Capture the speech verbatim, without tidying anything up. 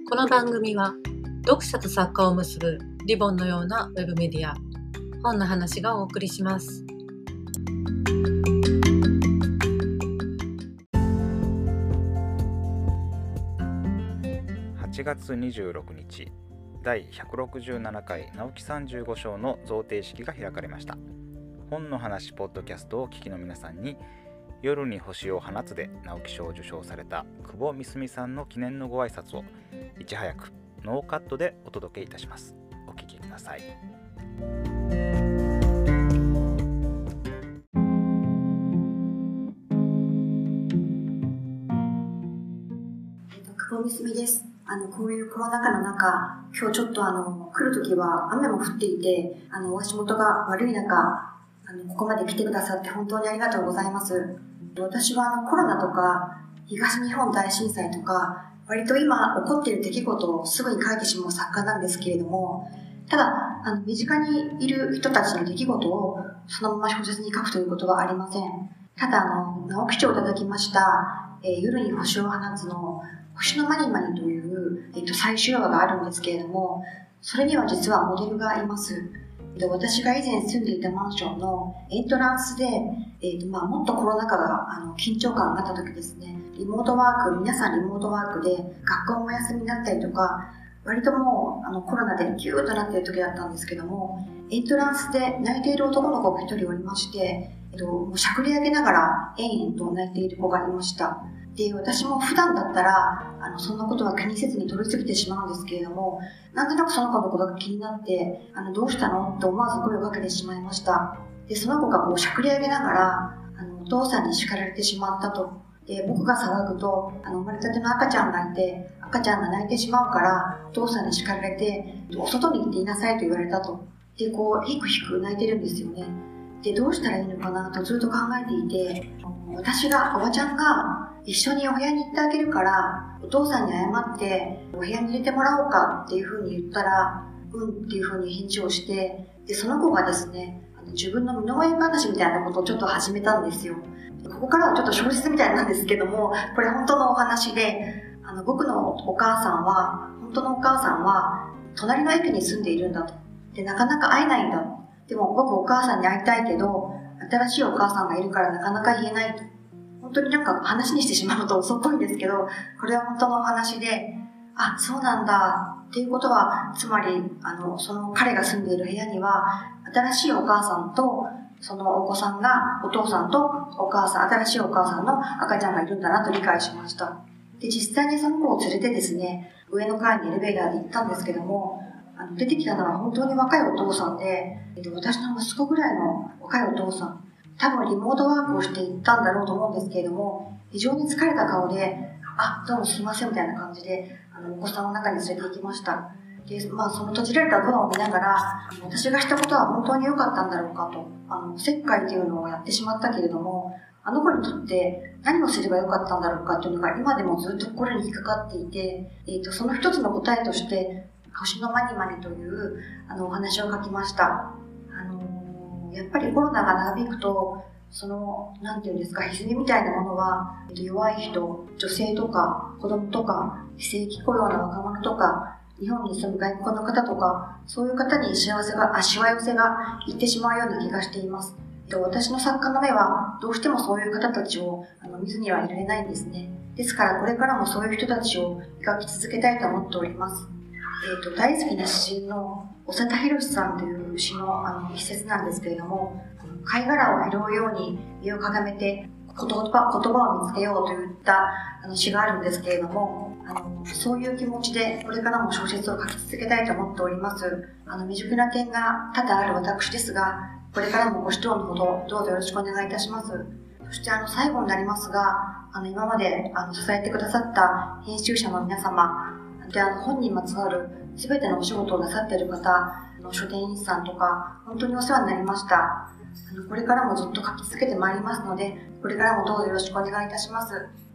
この番組は読者と作家を結ぶリボンのようなウェブメディア、本の話がお送りします。 はちがつにじゅうろくにち、だいひゃくろくじゅうななかい直木さんじゅうごしょうの贈呈式が開かれました。本の話ポッドキャストをお聞きの皆さんに、夜に星を放つで直木賞を受賞された久保みすみさんの記念のご挨拶をいち早くノーカットでお届けいたします。お聞きください。 久保みすみです。あのこういうコロナ禍の中、今日ちょっとあの来るときは雨も降っていて、あのお足元が悪い中、あのここまで来てくださって本当にありがとうございます。私はあのコロナとか東日本大震災とか、割と今起こっている出来事をすぐに書いてしまう作家なんですけれども、ただあの身近にいる人たちの出来事をそのまま小説に書くということはありません。ただあの直木賞をいただきました、えー、夜に星を放つの星のマニマニという、えー、と最終話があるんですけれども、それには実はモデルがいます。私が以前住んでいたマンションのエントランスで、えーとまあ、もっとコロナ禍があの緊張感があった時ですね、リモートワーク、皆さんリモートワークで学校も休みになったりとか、割ともうあのコロナでギューッとなっている時だったんですけども、エントランスで泣いている男の子が一人おりまして、えっと、もうしゃくり上げながら延々と泣いている子がいました。で、私も普段だったらあのそんなことは気にせずに通り過ぎてしまうんですけれども、なんとなくその子のことが気になって、あのどうしたのと思わず声をかけてしまいました。で、その子がこうしゃくり上げながらあのお父さんに叱られてしまったと。で、僕が騒ぐとあの生まれたての赤ちゃんがいて、赤ちゃんが泣いてしまうからお父さんに叱られて、お外に行っていなさいと言われたと。で、こうヒクヒク泣いてるんですよね。で、どうしたらいいのかなとずっと考えていて、私が、おばちゃんが一緒にお部屋に行ってあげるから、お父さんに謝ってお部屋に入れてもらおうかっていうふうに言ったら、うんっていうふうに返事をして、で、その子がですね、あの自分の身の上話みたいなことをちょっと始めたんですよ。ここからはちょっと小説みたいなんですけども、これ本当のお話で、あの僕のお母さんは、本当のお母さんは、隣の駅に住んでいるんだと。で、なかなか会えないんだ。でも僕お母さんに会いたいけど、新しいお母さんがいるからなかなか言えないと。本当になんか話にしてしまうと嘘っぽいんですけど、これは本当のお話で、あ、そうなんだっていうことは、つまりあのその彼が住んでいる部屋には新しいお母さんとそのお子さんが、お父さんとお母さん、新しいお母さんの赤ちゃんがいるんだなと理解しました。で、実際にその子を連れてですね、上の階にエレベーターで行ったんですけども、あの出てきたのは本当に若いお父さんで、私の息子ぐらいの若いお父さん、多分リモートワークをして行ったんだろうと思うんですけれども、非常に疲れた顔で、あ、どうもすいませんみたいな感じで、あのお子さんの中に連れて行きました。で、まあその閉じられたドアを見ながら、私がしたことは本当に良かったんだろうかと、あの、おせっかいというのをやってしまったけれども、あの子にとって何をすればよかったんだろうかというのが今でもずっと心に引っかかっていて、えーと、その一つの答えとして、星のマニマニというあのお話を書きました。あのー、やっぱりコロナが長引くと、その、なんていうんですか、歪みみたいなものは、えっと、弱い人、女性とか子供とか、非正規雇用の若者とか、日本に住む外国の方とか、そういう方に幸せが、あ、しわ寄せがいってしまうような気がしています。えっと、私の作家の目は、どうしてもそういう方たちをあの見ずにはいられないんですね。ですから、これからもそういう人たちを描き続けたいと思っております。えーと、大好きな詩人の長田博さんという詩のあの一節なんですけれども、貝殻を拾うように身をかがめて言葉、言葉を見つけようといったあの詩があるんですけれども、あのそういう気持ちでこれからも小説を書き続けたいと思っております。あの未熟な点が多々ある私ですが、これからもご指導のほどどうぞよろしくお願いいたします。そしてあの最後になりますが、あの今まであの支えてくださった編集者の皆様、で、あの本にまつわる全てのお仕事をなさっている方、あの書店員さんとか、本当にお世話になりました。あのこれからもずっと書き続けてまいりますので、これからもどうぞよろしくお願いいたします。